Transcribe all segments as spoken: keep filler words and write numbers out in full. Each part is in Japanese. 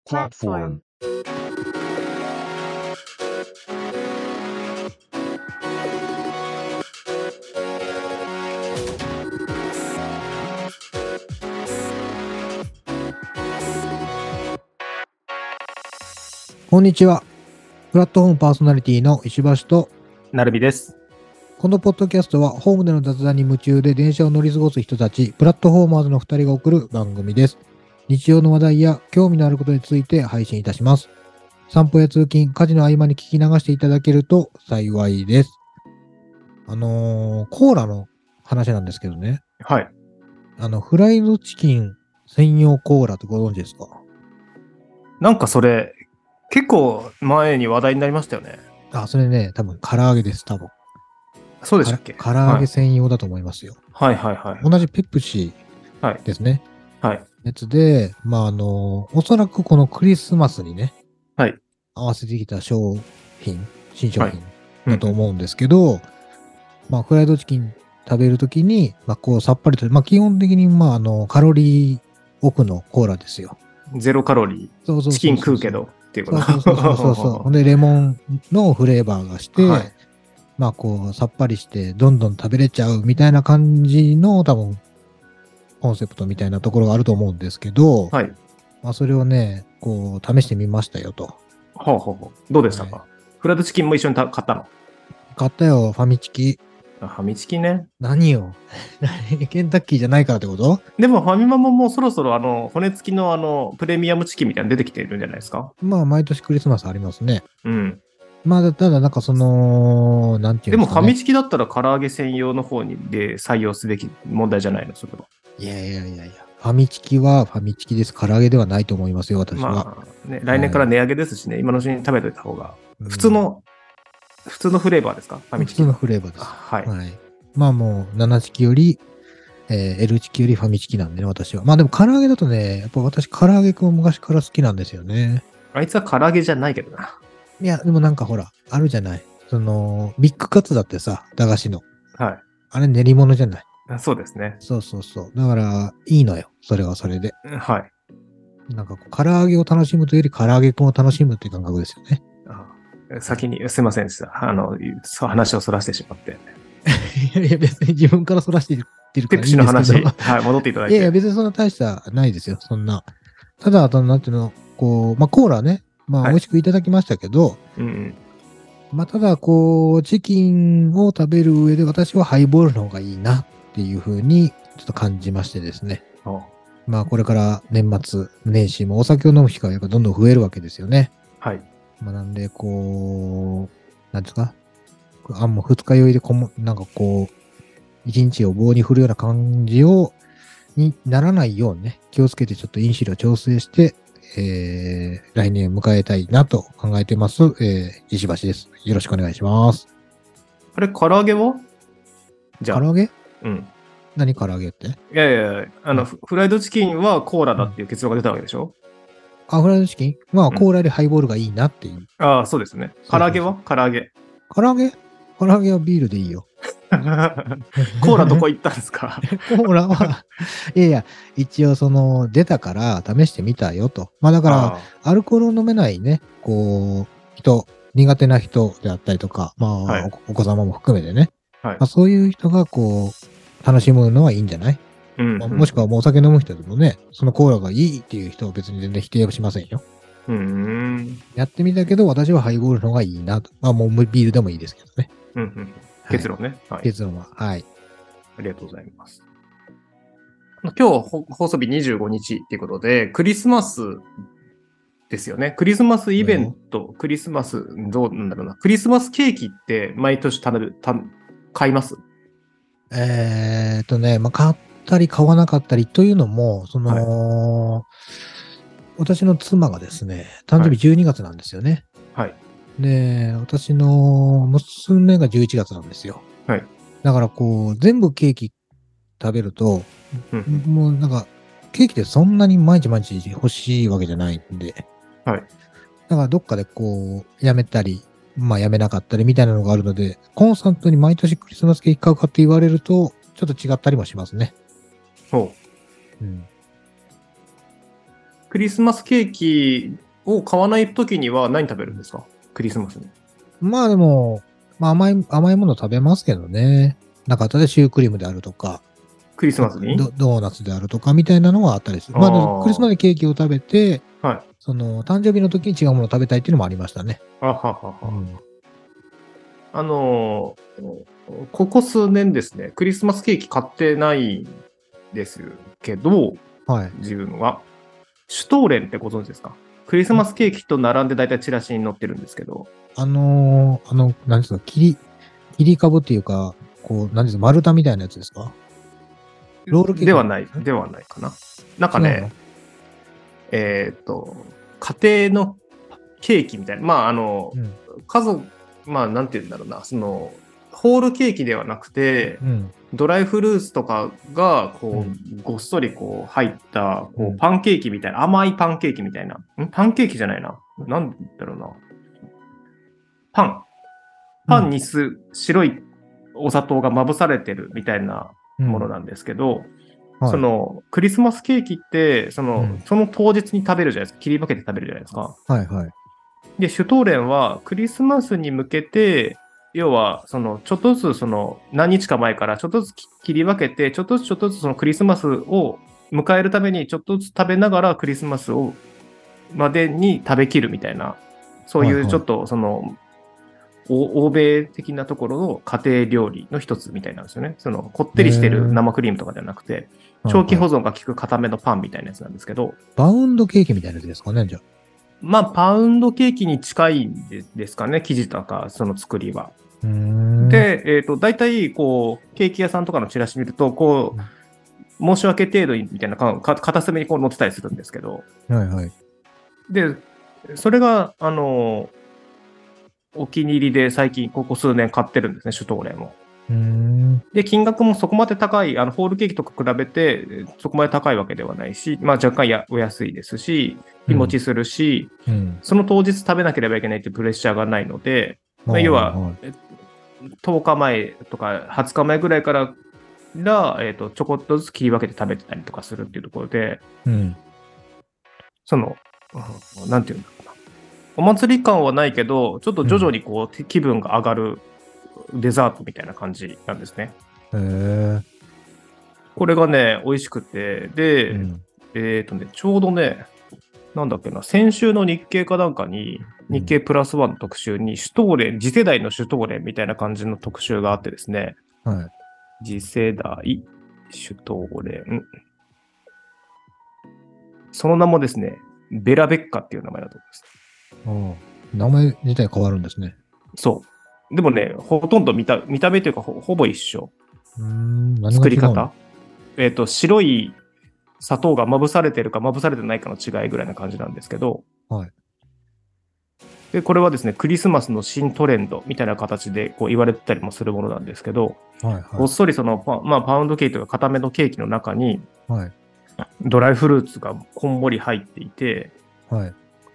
platform. 「こんにちは。プラットフォームパーソナリティの石橋となるびです。 このポッドキャストはホームでの雑談に夢中で電車を乗り過ごす人たち、プラットフォーマーズのふたりが送る番組です。日常の話題や興味のあることについて配信いたします。散歩や通勤、家事の合間に聞き流していただけると幸いです。あのー、コーラの話なんですけどね。 はい。 あの、フライドチキン専用コーラってご存知ですか？ なんかそれ、結構前に話題になりましたよね。 あ、それね、多分唐揚げです、多分。 そうでしたっけ？ 唐揚げ専用だと思いますよ。 はいはいはい。 同じペプシはい。 ですね。 はい。 やつで、まあ、あの、おそらくこのクリスマスにね、 はい。 合わせてきた商品、新商品うんだと思うんですけど、まあ、フライドチキン食べるときに、まあ、こう、さっぱりと、まあ、基本的に、まあ、あの、カロリーオフのコーラですよ。 ゼロカロリー。 そうそうそうそうチキン食うけどっていうこと。 そうそうそうそうそう。ほんで、レモンのフレーバーがして、 はい。 まあ、こう、さっぱりして、どんどん食べれちゃうみたいな感じの、多分、コンセプトみたいなところがあると思うんですけど、 はい。 まあ、それをね、こう、試してみましたよと。 ほうほうほう。どうでしたか？ はフライドチキンも一緒にた買ったの？ 買ったよ、ファミチキ。 あ、ファミチキね。 何よケンタッキーじゃないからってこと？ でもファミマももうそろそろあの、骨付きのあの、プレミアムチキンみたいなの出てきてるんじゃないですか？ まあ、毎年クリスマスありますね。 うん。 まあ、ただ、なんかその、なんていでうんですかね。 もファミチキだったら唐揚げ専用の方にで採用すべき問題じゃないの、それは。 いやいやいやいや。ファミチキはファミチキです。唐揚げではないと思いますよ、私は。 まあ、ね、来年から値上げですしね、今のうちに食べといた方が。 うん普通の、普通のフレーバーですか？ファミチキ普通のフレーバーです。 はい。 はい。まあもう、ななチキより、えー、L チキよりファミチキなんでね、私は。まあでも唐揚げだとね、やっぱ私唐揚げくん昔から好きなんですよね。 あいつは唐揚げじゃないけどな。 いや、でもなんかほら、あるじゃない。その、ビッグカツだってさ、駄菓子の。 はあれ練り物じゃない。 い。そうですね。 そうそうそう。だから、いいのよ。それはそれで。 はい。 なんかこう、唐揚げを楽しむというより唐揚げくんを楽しむっていう感覚ですよね。 あ先に、すいませんでした。あの、そう話をそらしてしまって。 いやいや、別に自分からそらして言ってるかペプらいいんですけど。 シの話、はい、戻っていただいて。 いやいや、別にそんな大差ないですよ、そんな。ただ、あと、なんていうの、こう、まあ、コーラね、まあ、 はい美味しくいただきましたけど、 うんうん。 まあ、ただ、こう、チキンを食べる上で私はハイボールの方がいいなっていうふうに、ちょっと感じましてですね。 おまあ、これから年末年始もお酒を飲む機会がやっぱどんどん増えるわけですよね。 はい。 まあ、なんで、こう、なんですか、あんま二日酔いでこも、なんかこう、一日を棒に振るような感じを、にならないようにね、気をつけてちょっと飲酒量調整して、えー、来年迎えたいなと考えてます、えー、石橋です。よろしくお願いします。 あれ、唐揚げはじゃあ。 唐揚げ？ うん。 何唐揚げって？ いやいやいや、あの、フフライドチキンはコーラだっていう結論が出たわけでしょ？ あ、フライドチキン？まあ、 うんコーラよりハイボールがいいなっていう。 ああ、そうですね。唐揚げは唐揚げ。 唐揚げ？唐揚げはビールでいいよ。 コーラどこ行ったんですか？ コーラは、いやいや、一応その、出たから試してみたよと。まあだから、 あアルコールを飲めないね、こう、人、苦手な人であったりとか、まあ、 はいお、お子様も含めてね、 あ、はいまあ、そういう人がこう、楽しむのはいいんじゃない？ うんまあもしくはもうお酒飲む人でもね、そのコーラがいいっていう人は別に全然否定はしませんよ。 うん。 やってみたけど、私はハイボールの方がいいなと。まあもうビールでもいいですけどね。 うんうん。結論ね。はい。 結論は。はい。 ありがとうございます。今日ほ放送日にじゅうごにちっていうことで、クリスマスですよね。クリスマスイベント、クリスマス、どうなんだろうな。クリスマスケーキって毎年食べる、た買います？ えーっとね、まあ、買ったり買わなかったりというのも、その、私の妻がですね、誕生日じゅうにがつなんですよね。 はい。 で、私の娘がじゅういちがつなんですよ。 はい。 だからこう、全部ケーキ食べると、 うんもうなんか、ケーキってそんなに毎日毎日欲しいわけじゃないんで、 はい。 だからどっかでこう、やめたり、まあやめなかったりみたいなのがあるので、コンスタントに毎年クリスマスケーキ買うかって言われると、ちょっと違ったりもしますね。 ほうん。 クリスマスケーキを買わないときには何食べるんですか？クリスマスに。 まあでも、まあ甘い、甘いもの食べますけどね。なんかあとでシュークリームであるとか、 クリスマスにドドーナツであるとかみたいなのはあったりする。 あーまあ、でクリスマスケーキを食べて、 はい。 その、誕生日の時に違うものを食べたいっていうのもありましたね。 あははは。 うんあのーここ数年ですね、クリスマスケーキ買ってないんですけど、 はい。 自分は。シュトーレンってご存知ですか？クリスマスケーキと並んで大体チラシに載ってるんですけど、 あのーあの、何ですか、切り、切り株っていうか、こう、何ですか、丸太みたいなやつですか？ロールケーキではない、ではないかな。なんかね、えっ、と、家庭のケーキみたいな、まあ、あの、 うん。 家族、まあ、なんて言うんだろうな、その、ホールケーキではなくて、 うん。 ドライフルーツとかが、こう、 うんごっそりこう入った、こうんう、パンケーキみたいな、甘いパンケーキみたいな。んパンケーキじゃないな。なんだろうな。パン。パンにす、白いお砂糖がまぶされてるみたいなものなんですけど、 はい、 その、クリスマスケーキって、その、 うんその当日に食べるじゃないですか。切り分けて食べるじゃないですか。 はいはい。 で、シュトーレンはクリスマスに向けて、要は、その、ちょっとずつ、その、何日か前からちょっとずつ切り分けて、ちょっとずつちょっとずつそのクリスマスを迎えるために、ちょっとずつ食べながらクリスマスを、までに食べきるみたいな、そうはいはいいうちょっと、その、お欧米的なところの家庭料理の一つみたいなんですよね。その、こってりしてる生クリームとかじゃなくて、長期保存が効く固めのパンみたいなやつなんですけど、 バウンドケーキみたいなやつですかね、じゃあ。 まあ、パウンドケーキに近いんでですかね、生地とか、その作りは。 うーん、 で、えっ、と、大体、こう、ケーキ屋さんとかのチラシ見ると、こう、申し訳程度にみたいなか、か片隅にこう載ってたりするんですけど、 はいはい。 で、それが、あの、お気に入りで最近、ここ数年買ってるんですね、シュトーレンを。 うーん、 で、金額もそこまで高い、あの、ホールケーキとか比べて、えーそこまで高いわけではないし、まあ若干やお安いですし、日持ちするし、 うん。 その当日食べなければいけないというプレッシャーがないので、まあ、要は、 はいえとおかまえとかはつかまえぐらいからが、えーと、ちょこっとずつ切り分けて食べてたりとかするっていうところで、 うん。 その、うんなんていうんだろうな。お祭り感はないけど、ちょっと徐々にこう、気分が上がるデザートみたいな感じなんですね。 へえ。 これがね、美味しくて、で、 うんえっ、とね、ちょうどね、なんだっけな、先週の日経かなんかに、日経プラスワンの特集に、シュトーレン、次世代のシュトーレンみたいな感じの特集があってですね、 はい。 次世代シュトーレン。その名もですね、ベラベッカっていう名前だと思います。 ああ名前自体変わるんですね。 そう。でもね、ほとんど見た見た目というかほ、ほぼ一緒。 うーん、何が違うの作り方。えっ、と、白い砂糖がまぶされてるかまぶされてないかの違いぐらいな感じなんですけど、 はい。 で、これはですね、クリスマスの新トレンドみたいな形でこう言われてたりもするものなんですけど、 はいはい。 ごっそりその、パまあ、パウンドケーキとか固めのケーキの中に、 はい。 ドライフルーツがこんもり入っていて、 はい。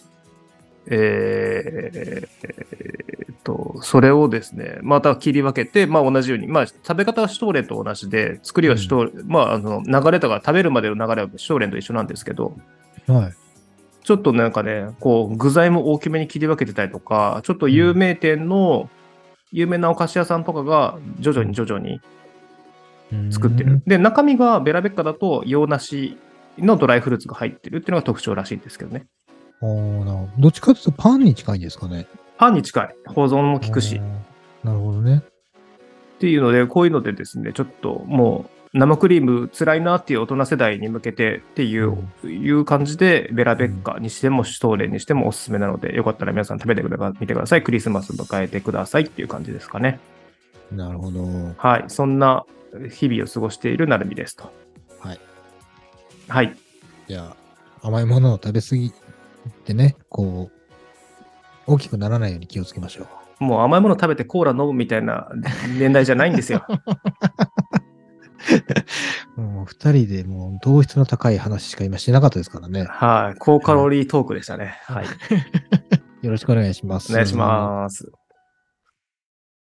えーえーっと、それをですね、また切り分けて、まあ同じように、まあ食べ方はシュトーレンと同じで、作りはシュトーレン、うん、まああの流れとか食べるまでの流れはシュトーレンと一緒なんですけど、 はい。 ちょっとなんかね、こう具材も大きめに切り分けてたりとか、ちょっと有名店の、有名なお菓子屋さんとかが徐々に徐々に作ってる。で、中身がベラベッカだと洋梨のドライフルーツが入ってるっていうのが特徴らしいんですけどね。 ああ、なるほど。どっちかというとパンに近いんですかね。 パンに近い。保存も効くし。 なるほどね。 っていうので、こういうのでですね、ちょっともう生クリーム辛いなっていう大人世代に向けてっていう、うん、いう感じで、ベラベッカにしてもシュトーレンにしてもおすすめなので、よかったら皆さん食べてみてください。クリスマス迎えてくださいっていう感じですかね。 なるほど。 はい。そんな日々を過ごしているなるみですと。 はい。 はい。 じゃあ、甘いものを食べ過ぎてね、こう、大きくならないように気をつけましょう。もう甘いもの食べてコーラ飲むみたいな年代じゃないんですよ。 もう二人でもう糖質の高い話しか今してなかったですからね。 はい。高カロリートークでしたね。はい。 よろしくお願いします。 お願いします。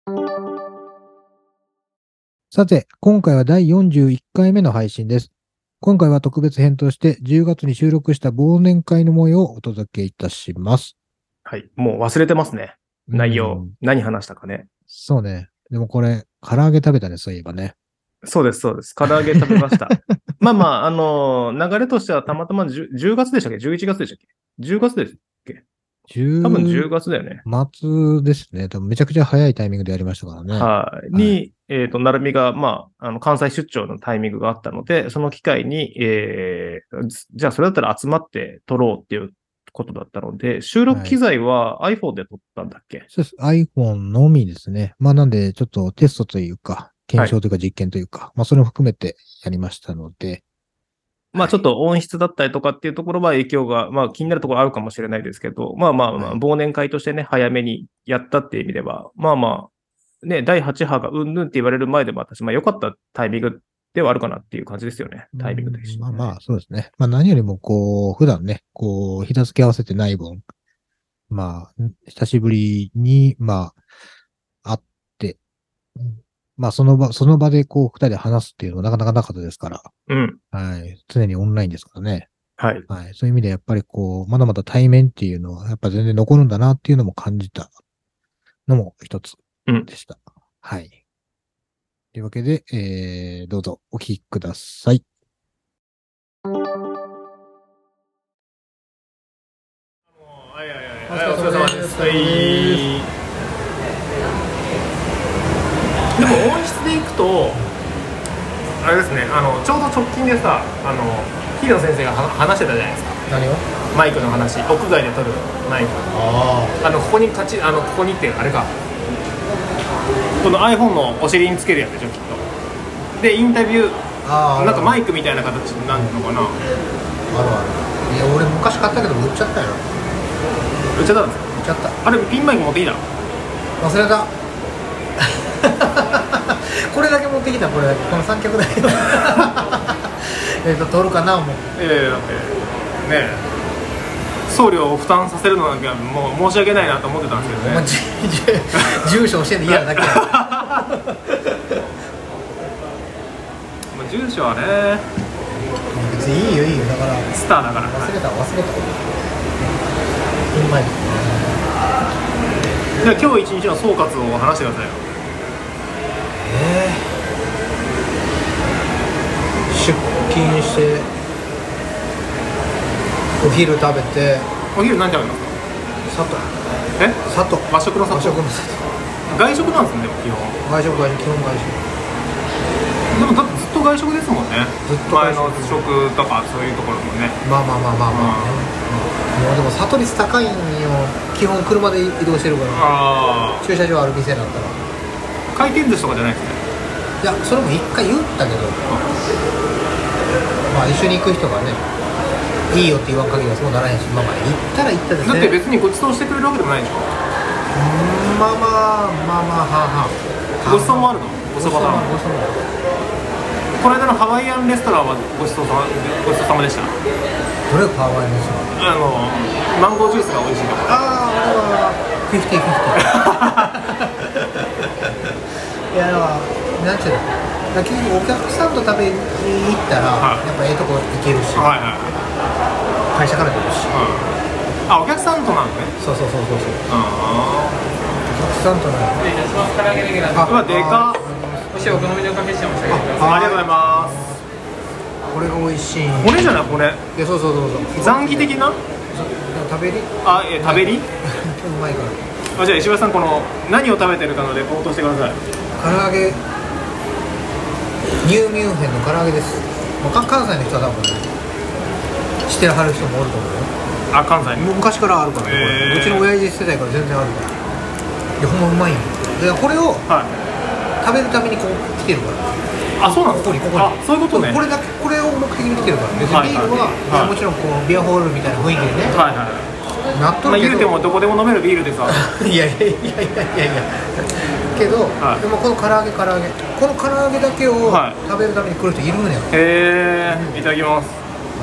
さて、今回はだいよんじゅういっかいめの配信です。 今回は特別編としてじゅうがつに収録した忘年会の模様をお届けいたします。 はい。もう忘れてますね。内容。 うん、 何話したかね。 そうね。でもこれ、唐揚げ食べたね、そういえばね。 そうです、そうです。唐揚げ食べました。まあまあ、あのー、流れとしてはたまたま 10, じゅうがつでしたっけ ?じゅういち 月でしたっけ ?じゅう 月でしたっけ多分じゅうがつだよね。 末ですね。多分めちゃくちゃ早いタイミングでやりましたからね。 はい。に、えっと、なるみが、まあ、あの、関西出張のタイミングがあったので、その機会に、えー、じゃあそれだったら集まって撮ろうっていうことだったので、収録機材は iPhone で撮ったんだっけ、はい、 そうです。iPhone のみですね。まあなんで、ちょっとテストというか、検証というか実験というか、はい、まあそれを含めてやりましたので。 まあちょっと音質だったりとかっていうところは影響が、まあ気になるところあるかもしれないですけど、まあまあまあ、忘年会としてね、早めにやったっていう意味では、まあまあ、ね、だいはち波がうんぬんって言われる前でも私、まあ良かったタイミングではあるかなっていう感じですよね。タイミングとして、ね。 まあまあ、そうですね。まあ何よりもこう、普段ね、こう、ひざつき合わせてない分、まあ、久しぶりに、まあ、会って、まあその場、その場でこう、二人で話すっていうのはなかなかなかったですから。 うん。 はい。常にオンラインですからね。 はい。 はい。そういう意味でやっぱりこう、まだまだ対面っていうのは、やっぱ全然残るんだなっていうのも感じたのも一つでした。うん、はい。というわけで、えー、どうぞお聞きください。 お疲れ様です。はい。でも音質でいくと、あれですね、あのちょうど直近でさ、あの日野先生が話してたじゃないですか。 何を？ マイクの話、屋外で撮るマイク。ああ。あのここに勝ち、あのここにってあれか。この iPhone のお尻につけるやつでしょ、きっと。でインタビュー、あなんかマイクみたいな形になるのかな。あるある。いや俺昔買ったけど売っちゃったよ。 売っちゃったんですか？ 売っちゃった。 あれピンマイク持っていいな。 忘れた。これだけ持ってきた、これだけ、この三脚だけえっと通るかな思う。 ええー、だってねえ送料を負担させるのなんかもう申し訳ないなと思ってたんですけどね。お前住所教えて嫌なだけや住所はね別にいいよいいよ、だからスターだから。 忘れた忘れたピンマイク。 じゃあ今日一日の総括を話してくださいよ。 えー、出勤してお昼食べて。 お昼何食べますか？ 佐藤。 え？ 佐藤。 和食の佐藤。 和食の佐藤。 外食なんですね、でも基本。 外食外食基本外食。 でもだってずっと外食ですもんね。ずっと前の食とかそういうところもね。 まあまあまあまあまあ、ね、うん、もうでも佐藤率高いんよ。基本車で移動してるから。ああ。駐車場ある店だったら。 回転寿司とかじゃないですね。 いやそれも一回言ったけど、まあ一緒に行く人がねいいよって言わん限りはそうならへんし、まあまあ行ったら行ったですね。 だって別にご馳走してくれるわけでもないでしょ。 うん、まあまあまあまあはあはあ。 ご馳走もあるの？ごそばだ。ごそば。この間のハワイアンレストランはごちそうさまごちそうさまでした。 どれがハワイアンレストラン？ あのマンゴージュースが美味しいところ。 ああ、あれはフィフティフィフティいやだからなんちゅうの、だ結局お客さんと食べに行ったら、はい、やっぱええとこ行けるし、はいはい、会社から出るし、 はい、あお客さんとなんですね。 そうそうそうそうそう。ああお客さんとなんで。失礼いたします。唐揚げできる。あうわでかっ。 もしお好みでおかけしてましたけど。 ありがとうございます。 これが美味しい。 これじゃないこれ。 いやそうそうそうそう。 残儀的な。 食べり？ あえ食べり？ うまいから。 あじゃあ石橋さんこの何を食べてるかのレポートしてください。 唐揚げ。ニューミュンヘンの唐揚げです。まあ、関西の人は多分、ね、知ってはる人もおると思うよ。 あ関西。 昔からあるから、ねえー、うちの親父世代から全然あるから。いやほんまうまいんよ。でこれを、はい、食べるためにこう来てるから。 あそうなんですか。 ここにここに。 あそういうことね。 これだけこれを目的に来てるから。別にビールは、はいはい、もちろんこうビアホールみたいな雰囲気でね。はいはい。なっとるけど。まあ言うてもどこでも飲めるビールですわ。いやいやいやいやいやいや。けど、はい、でもこの唐揚げ唐揚げこの唐揚げだけを食べるために来る人いるんや。 へえ、いただきます。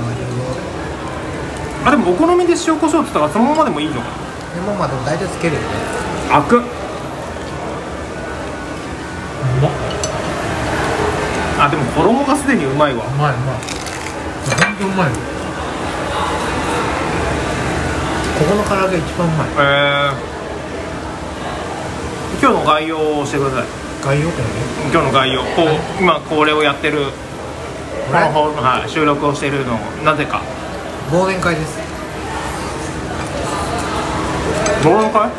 あでもお好みで塩コショウって言ったらそのままでもいいのかな。 そのままでも大体つけるよね。 あく。うまっ。あでも衣がすでにうまいわ。 うまいうまい。 本当うまい。ここの唐揚げ一番うまい。 えー今日の概要をしてください。 概要って今日の概要、こう今これをやってるこのほ、はい、収録をしているのなぜか。 何？忘年会です。 忘年会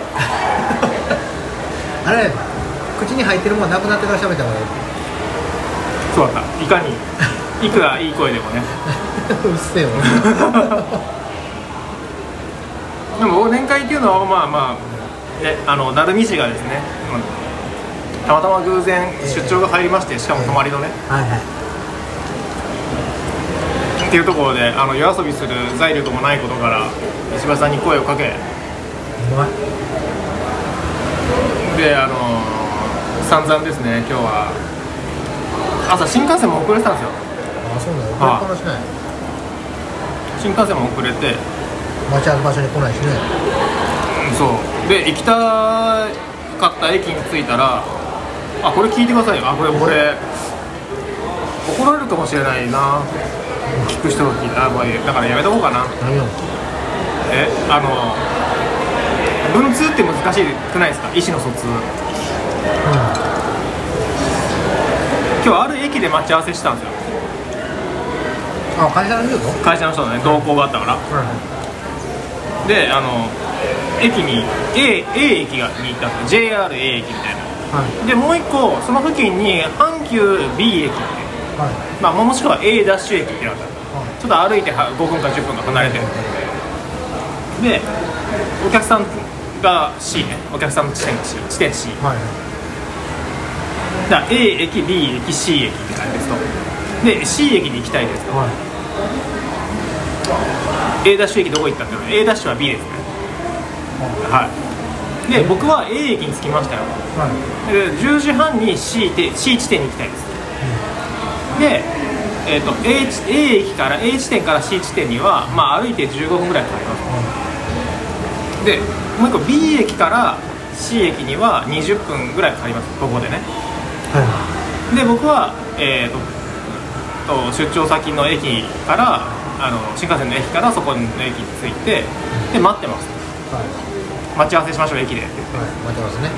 あれ口に入ってるものなくなってから喋った方がいい。 そうだった。いかにいくらいい声でもねうっせえよでも忘年会っていうのはまあまあで、あの鳴海市がですね、たまたま偶然出張が入りまして、しかも泊まりのね、 はいはいっていうところで、あの夜遊びする財力もないことから石橋さんに声をかけ、 うまい。 で、あの散々ですね、今日は朝新幹線も遅れてたんですよ。 あ、そうなの。遅れっぱなしない。 新幹線も遅れて、 待ち合わせ場所に来ないしね。 そうで、行きたかった駅に着いたら、あ、これ聞いてくださいよ。あ、これこれ怒られるかもしれないな、聞く人が聞いたら。あ、まあいい、だからやめとこうかな。 何よ。 え、あの文通って難しくないですか、意思の疎通。 うん。 今日ある駅で待ち合わせしたんですよ。 あ、会社の人と？ 会社の人のね、同行があったから。 うん。 で、あの駅に A, A 駅がに行ったんですよ。 ジェイアールエー 駅みたいな。 はい。 でもう一個その付近に阪急 B 駅って、 はい。 まあ、もしくは A ダッシュ駅っていうのがあった。 はい。 ちょっと歩いてごふんかじゅっぷんか離れてる。で、お客さんが C ね、お客さんの地点が C、地点 C。 はい。 だから A 駅、B 駅、C 駅って感じですと。で、C 駅に行きたいですと。 はい。 A ダッシュ駅どこ行ったっていうの A ダッシュは B ですね。はい。で、僕は A 駅に着きましたよ。 はい。 で、じゅうじはんに C で C 地点に行きたいです。で、えーと、A, A 駅から A 地点から C 地点には、まあ、歩いてじゅうごふんぐらいかかります。で、もう一個 B 駅から C 駅にはにじゅっぷんぐらいかかります、ここでね。 はで、僕は、えーと、と出張先の駅からあの新幹線の駅からそこの駅に着いて、で待ってます。 い。はい。 待ち合わせしましょう駅でって言って、 はい。待ってますね。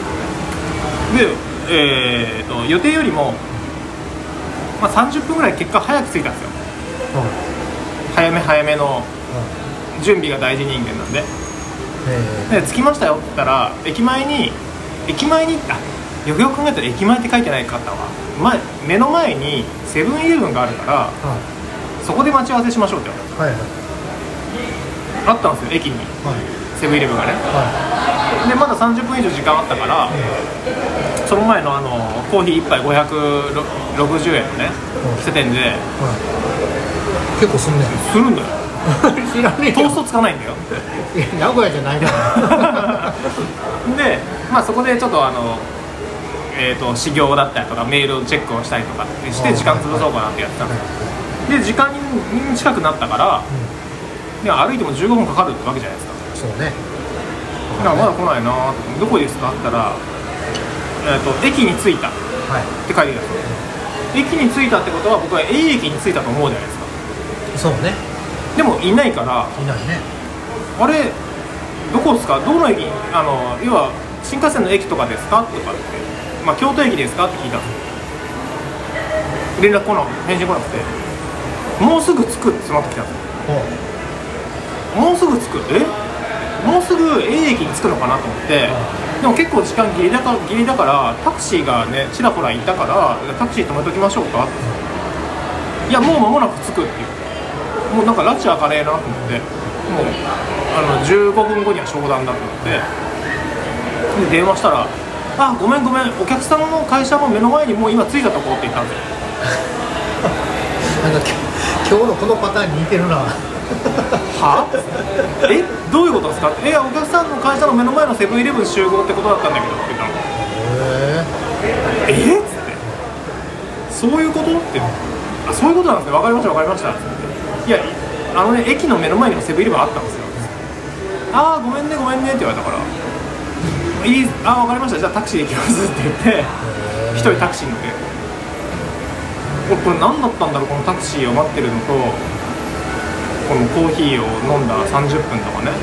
で、えー、と予定よりも、まあ、さんじゅっぷんぐらい結果早く着いたんですよ。 はい。 早め早めのはい。 準備が大事人間なんで。 えで、着きましたよって言ったら、駅前に駅前にあよくよく考えたら駅前って書いてない方は、前目の前にセブンイレブンがあるから、 ー、はい。 そこで待ち合わせしましょうって言われはい。はい。 た。あったんですよ、駅にはい。 セブンイレブンがね。 はで、まださんじゅっぷん以上時間あったから、その前のあのコーヒーいっぱいごひゃくろくじゅうえんのね、 うん喫茶店でい。はい。結構すんね。 するんだよ。 知らねえよ。 トーストつかないんだよ。 いや名古屋じゃないからで、まあ、そこでちょっとあの、えー、と始業だったりとかメールをチェックをしたりとかってして時間潰そうかなってやってたんですよ。で、時間に近くなったから、で歩いてもじゅうごふんかかるわけじゃないですか。 そうね。 だからまだ来ないなーって、どこですかって言ったら、えー、と駅に着いたっはい。 て書いてきたんですよ。駅に着いたってことは僕は A 駅に着いたと思うじゃないですか。 そうね。 でもいないから、 いないね。 あれどこですか、どの駅、あの要は新幹線の駅とかですかとかって、まあ、京都駅ですかって聞いたんですよ。連絡来な返信来なくて、もうすぐ着くって迫ってきたんですよ。もうすぐ着く、えもうすぐ A 駅に着くのかなと思って、でも結構時間ギリだからギリだからタクシーがねちらほらいたから、タクシー止めときましょうかって、いやもう間もなく着くって言って、もうなんか拉致開かねえなと思って、もうあのじゅうごふんごには商談だと思って、で電話したら、あ、ごめんごめん、お客さんの会社の目の前にもう今着いたとこって言ったんですよ。 なんか今日のこのパターンに似てるな。 はえ、どういうことですかって、え、お客さんの会社の目の前のセブンイレブン集合ってことだったんだけどって言ったの。 へえ。 えっつって、そういうことって、あ、そういうことなんですね、分かりました分かりましたって、いや、あのね、駅の目の前にもセブンイレブンあったんですよ。あー、ごめんねごめんねって言われたから、いい、あー、分かりました、じゃあタクシーで行きますって言って、一人タクシーに乗って、 これ何だったんだろう、このタクシーを待ってるのとこのコーヒーを飲んださんじゅっぷんとかね。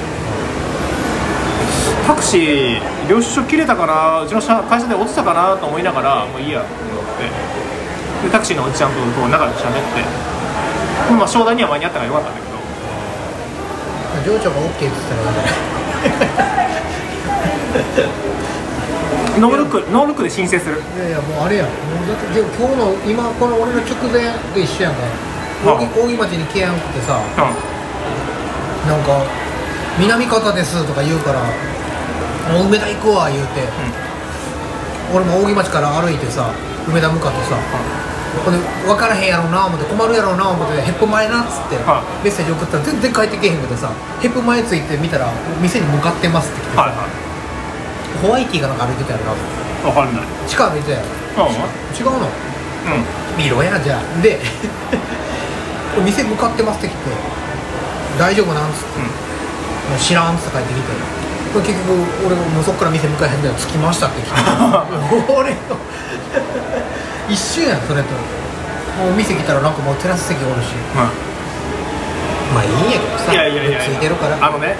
タクシー領収書切れたかな、うちの会社で落ちたかなと思いながらもういいやと思ってでタクシーのおじちゃんとこう仲良く喋って、まあ商談には間に合ったからよかったんだけど、 情緒が OK って言ったらいいんじゃないノールックノールックで申請する。 いやいやもうあれやん、もうだってでも今日の今この俺の直前と一緒やんか。 はあ扇扇町に来やんくてさ、 うんなんか南方ですとか言うからもう梅田行くわ言うて、うん、俺も扇町から歩いてさ梅田向かってさ、ほんで分からへんやろうな思って困るやろうな思ってヘップ前なっつって、はあ、メッセージ送ったら全然帰ってけへんくてさ、ヘップ前ついて見たら店に向かってますって来てさ、はいはい、ホワイティーかなんか歩いてたやろな。 分かんない。 地下歩いてたやろ。ああ違うの、うん、見ろやじゃあで店向かってますって来て大丈夫なんつって、うん、もう知らんっつって帰ってきて、結局俺もうそっから店向かえへんで着きましたって来て俺の一瞬やんそれと。もう店来たらなんかもうテラス席おるし、うん、まあいいんやけどさ、 いやいやいやついてるからあのね、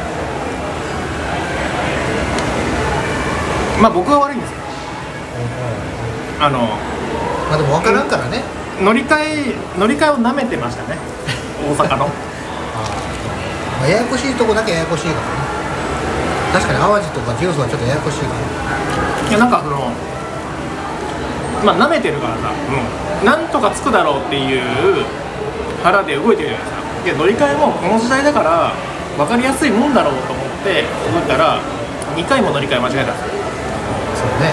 うん、まあ僕は悪いんですよ、うん、あのまあでも分からんからね、 乗り換え乗り換えをなめてましたね大阪のあ、 まあ、ややこしいとこだけややこしいからね。確かに淡路とかジュースはちょっとややこしいから。 いやなんかそのまあなめてるからさ、うん、なんとかつくだろうっていう腹で動いてるじゃないですか。いや乗り換えもこの時代だから分かりやすいもんだろうと思って動いたらにかいも乗り換え間違えたんですよ。 そうね。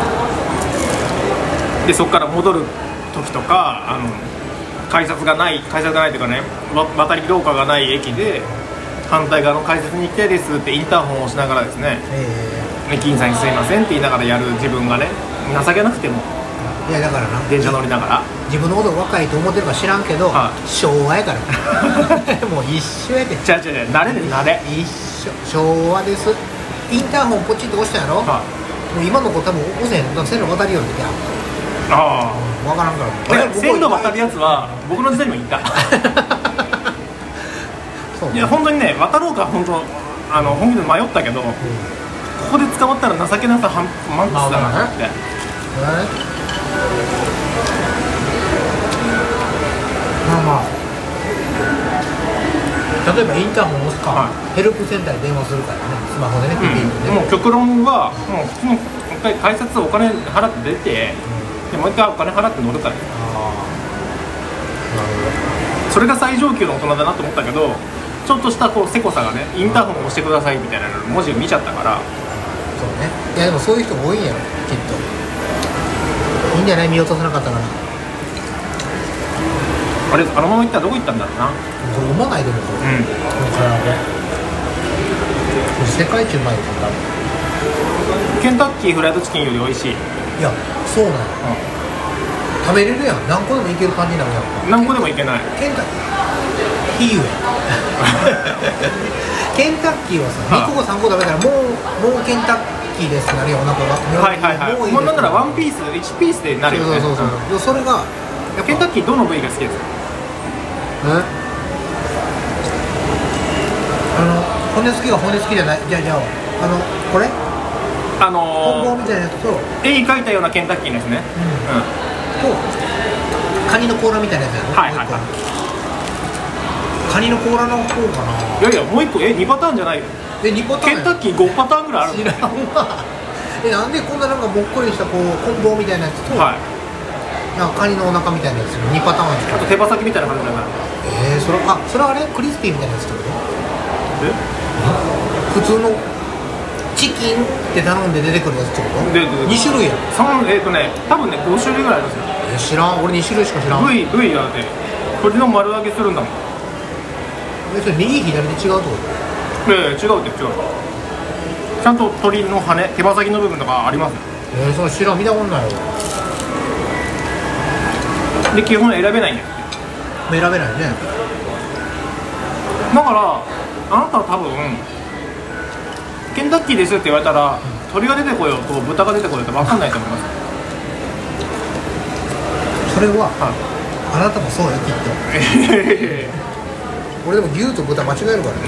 でそこから戻る時とかあの改札がない改札がないというかね、渡り廊下がない駅で反対側の改札に行きたいですってインターホンを押しながらですね、駅員さんにすいませんって言いながらやる自分がね情けなくても、 いやだからな電車乗りながら自分のこと若いと思ってるか知らんけど、はあ、昭和やからもう一緒やで。 違う違う違う、慣れで慣れ一緒、昭和です。インターホンポチッと押したやろ、はあ、もう今の子多分押せへん、線路渡りよる時や。ああ、うん、分からんから。 線路渡るやつは僕の時代にもいたそう、ね、いや本当にね渡ろうか本当あの本気で迷ったけど、うん、ここで捕まったら情けなさ満喫だなって、まあまあ例えばインターホン押すか、はい、ヘルプセンターに電話するからね、スマホでね、ピピッとね、 もう極論はもう普通の一回改札お金払って出て、うん、でもう一回お金払って乗るから。ああ、なるほど。それが最上級の大人だなと思ったけど、ちょっとしたこうせこさがね、インターホン押してくださいみたいな文字を見ちゃったから。 そうね。いやでもそういう人も多いんやろきっと。いいんじゃない、見落とさなかったから。 あれ、あのまま行ったらどこ行ったんだろうな。 これうまないでもこれ、うん、この唐揚げ世界一うまいよ多分。 ケンタッキーフライドチキンより美味しい。いや、そうなんや、うん、食べれるやん、何個でもいける感じになるやんか。 何個でもいけない。 ケンタッキーヒーウェケンタッキーはさ、にこかさんこ食べたらもうもうケンタッキーですってなるよ、お腹が。 はいはいはい。もうなんならワンピースいちピースでなるよね。 そうそうそうそう、うん、それがケンタッキーどの部位が好きですか？ え、あの骨付きが骨付きじゃない、じゃあじゃああのこれあのー、 本棒みたいなやつと絵に描いたようなケンタッキーですね、 うんうん、とカニの甲羅みたいなやつやろ。はいはいはい。カニの甲羅の方かな。 いやいや、もう一個、え、にパターンじゃないよ。 え、にパターン。 ケンタッキーごパターンぐらいあるの。 知らんわ。え、なんでこんななんかもっこりしたこう棍棒みたいなやつと、はい、なんかカニのお腹みたいなやつにパターンある。 あと手羽先みたいな感じだから。 えー、それあ、それはあれクリスピーみたいなやつってこと？え？普通のチキンって頼んで出てくるやつってこと？で、に種類や。 三えっ、ー、とね、多分ねご種類ぐらいあるんですよ。 え、知らん。俺に種類しか知らん。 部位部位だって。これの丸揚げするんだもん。 え、それ右左で違うってこと？ ええ、違うって違う。ちゃんと鶏の羽、手羽先の部分とかあります。 えー、それ知らん、見たことないよ。 で、基本選べないんだよ。 選べないね。 だからあなたは多分ケンタッキーですって言われたら、うん、鶏が出てこようと豚が出てこようと分かんないと思います。 それれは、 はい、 あなたもそうよきっと俺でも牛と豚間違えるからね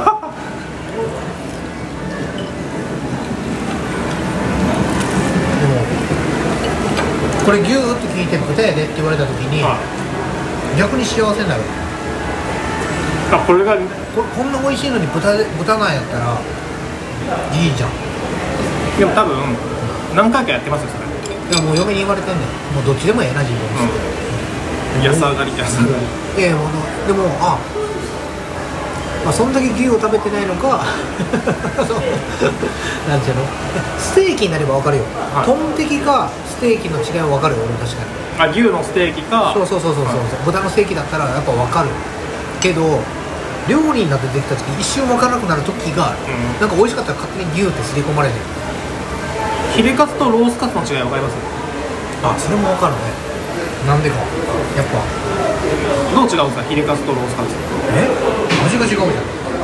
でもこれ牛って聞いて豚やでって言われた時に、はい、逆に幸せになる。 あ、これがこ, こんな美味しいのに 豚, で豚なんやったらいいじゃん。 でも多分何回かやってますよそれ。 いやもう嫁に言われてんねん。もうどっちでもええな自分に、 うん、安上がり安上がり。 いやいやもうでもあまあそんだけ牛を食べてないのかなんていうのステーキになれば分かるよ、はい、トンテキかステーキの違いは分かるよ俺確かに。 あ、牛のステーキか。 そうそうそうそうそう、はい、豚のステーキだったらやっぱ分かるけど料理になってできた時一瞬分からなくなる時がある、うん、なんか美味しかったら勝手に牛ってすり込まれてる。 ヒレカツとロースカツの違い分かります？ あ、それも分かるね。なんでかやっぱどう違うんですかヒレカツとロースカツ。 え？味が違うじゃん。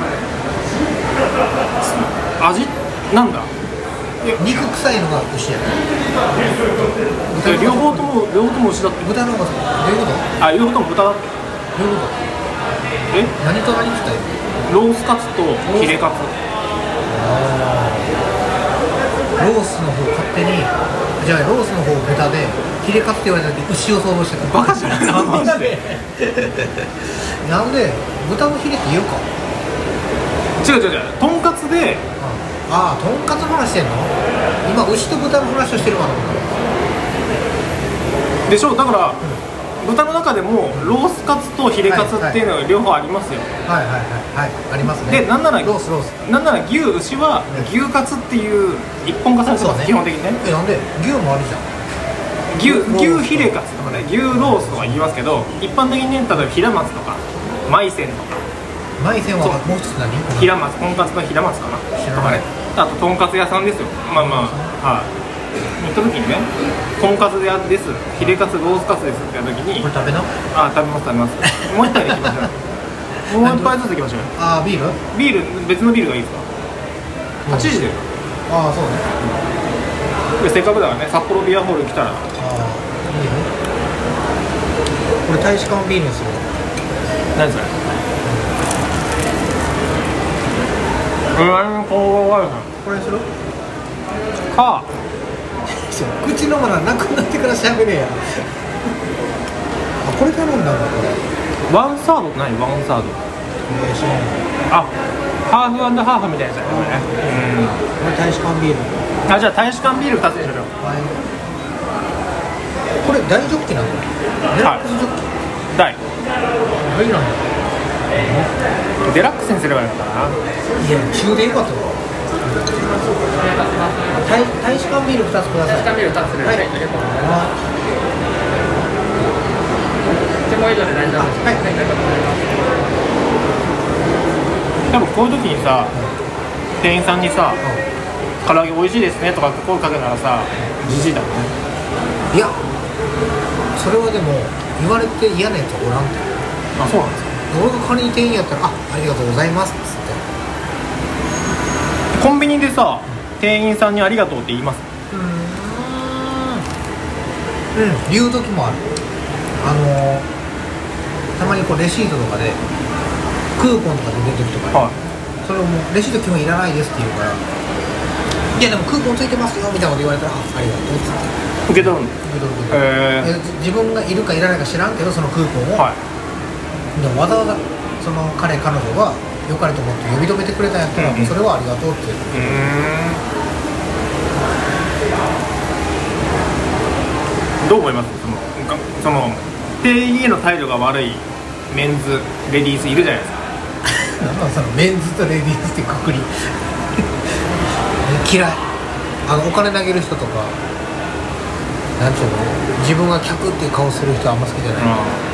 味なんだ。 肉臭いのが牛やね。 両方とも両方とも牛だって。 豚の方がどういうこと？ あ、両方とも豚だって。 どういうこと？ え？ 何と何って言ったよ。ロースカツとヒレカツ。 ああ。ロースの方勝手にじゃあロースの方豚でヒレカツって言われた時牛を想像してた。 バカじゃないなんでなんで豚のヒレって言うか。 違う違う違う。とんかつで。 ああ、とんかつの話してんの？今牛と豚の話をしてるかなでしょ。だから、うん、豚の中でもロースカツとヒレカツっていうのが両方ありますよ。 はいはいはいはい、ありますね。 で、なんならロースロースなんなら牛牛は牛カツっていう一本化されてます、ね、基本的にね。 え、なんで牛もあるじゃん。 牛牛ヒレカツとかね、牛ロースとか言いますけど、一般的にね、例えば平松とかマイセンとか。 マイセンはもう一つ何？ 平松、とんかつの平松かな。 知らない。 あととんかつ屋さんですよ。まあまあ、はい、行った時にね、とんかつ屋です、ヒレカツ、ロースカツですって言った時に、 これ食べな。 あ、食べます食べます。もう一杯でいきましょう。もう一杯ずついきましょう。 あ、ビール？ビール別のビールがいいですか？はちじで。 ああ、そうね。 でせっかくだからね、札幌ビアホール来たら。ああ、 いいよ。これ大使館ビールですよ。 何それ？これにするか口のまななくなってからしゃべれやあ、これ頼んだんだこれワンサードって何？ワンサード、えー、知らない。 あ、ハーフ&ハーフみたいなやつだよね。うん、 これ大使館ビール。 あ、じゃあ大使館ビールふたつにしましょう。 はい、これ大ジョッキなの？デラックスジョッキ、 大大なんだ。 デラックスにすればよかったな。いや、中でよかったわ。大, 大使館ビールふたつください。 大使館ビールふたつください。はい、ありがとうございます。じゃあもう以上で大丈夫です。はい、はい、ありがとうございます。 多分こういう時にさ、店員さんにさ、うん、唐揚げ美味しいですねとかって声かけたらさ、じじいだもんね。 いや、それはでも言われて嫌なやつはおらんて。 あ、そうなんですか。 俺が仮に店員やったら、あ、ありがとうございますっつって。 コンビニでさ、店員さんにありがとうって言います？ うーん、うん、言う時もある。あのー、たまにこうレシートとかでクーポンとかで出てる時とか、はい、それをもうレシート基本いらないですって言うから、いやでもクーポンついてますよみたいなこと言われたら、あ、ありがとうっつって受け取るの？受け取る受け取る、えー、自分がいるかいらないか知らんけど、そのクーポンを、はい、でもわざわざその彼彼女が良かれと思って呼び止めてくれたんやったら、うんうん、それはありがとうって言う。うーん、どう思います？その、その店員への態度が悪いメンズレディースいるじゃないですか。 なんなんそのメンズとレディースってくくり嫌い。あのお金投げる人とか、なんちゅうの、自分が客っていう顔する人はあんま好きじゃない。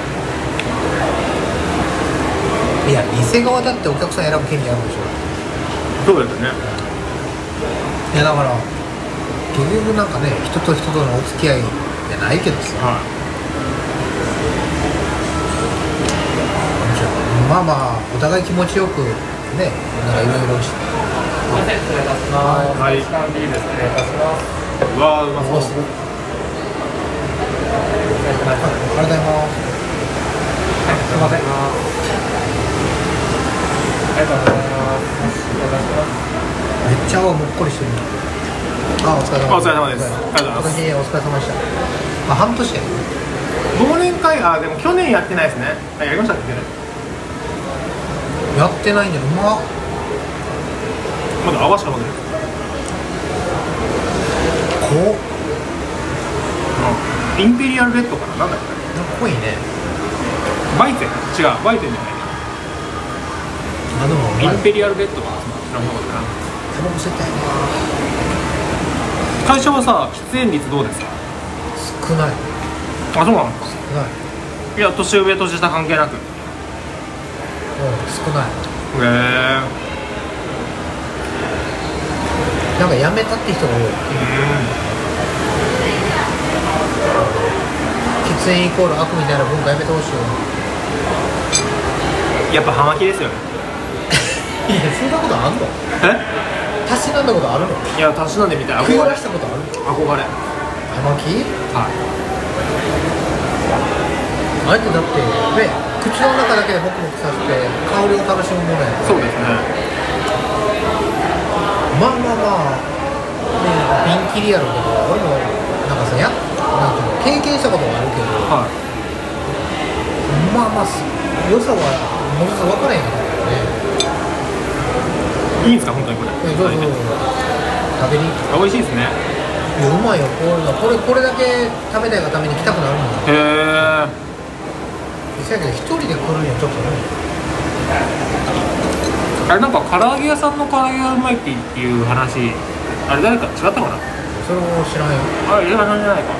うん、いや、店側だってお客さん選ぶ権利あるでしょ。 そうですね。 いやだから結局なんかね、人と人とのお付き合いじゃないけどさ、はい、まあまあお互い気持ちよくね、なんかいろいろして。すみません、失礼いたします。はい。大使館ビール失礼いたします。うわー、うまそう。 りがとうございます。 すみません。ありがとうございます。 めっちゃ泡もっこりしてる。あ、お疲れ様です。 お疲れ様です。ありがとうございます。 今年お疲れ様でした。あ、半年や。 忘年会、あ、でも去年やってないですね。あ、やりましたっけ？ やってないんだよ。うまっ。 まだ泡しか飲んでる。 こう。 うん。インペリアルレッドかな、なんだっけ？ なんか濃いね。 バイゼン？違う、バイゼンじゃない。 あ、でもうまい。 インペリアルレッドかな、知らんのかな。 タバコ吸いたいな。 会社はさ、喫煙率どうですか？ 少ない。 あ、そうなの？ 少ない。 いや、年上年下関係なく。 うん、少ない。 へえ。 なんか辞めたって人が多い。喫煙イコール悪みたいな文化やめてほしいよ。 やっぱ葉巻ですよね。 いや、そんなことあんの？ え？ たしなんだことあるの？ いや、たしなんでみたい。 食い憧れ。 出したことある？ 憧れ。 葉巻？ はい。 あれってだってね、口の中だけでホクホクさせて香りを楽しむものやから。 そうですね。 まあまあまあ、ね、ピンキリやろうけど、俺もなんかさ、やなんていうの、経験したことはあるけど、 はまあまあ良さはものすごく分からへんからね。 い。いいんですか、本当にこれ。 え、どうぞどうぞ。食べに行美味しいですね。 いや、うまいよ、こういうの。これ、これだけ食べたいがために来たくなるもん。 へえ。 せやけど、一人で来るにはちょっとね。 あれ、なんか唐揚げ屋さんの唐揚げがうまいっていう話、あれ誰か違ったかな？ それも知らんよ。 あれ、映画なんじゃないか。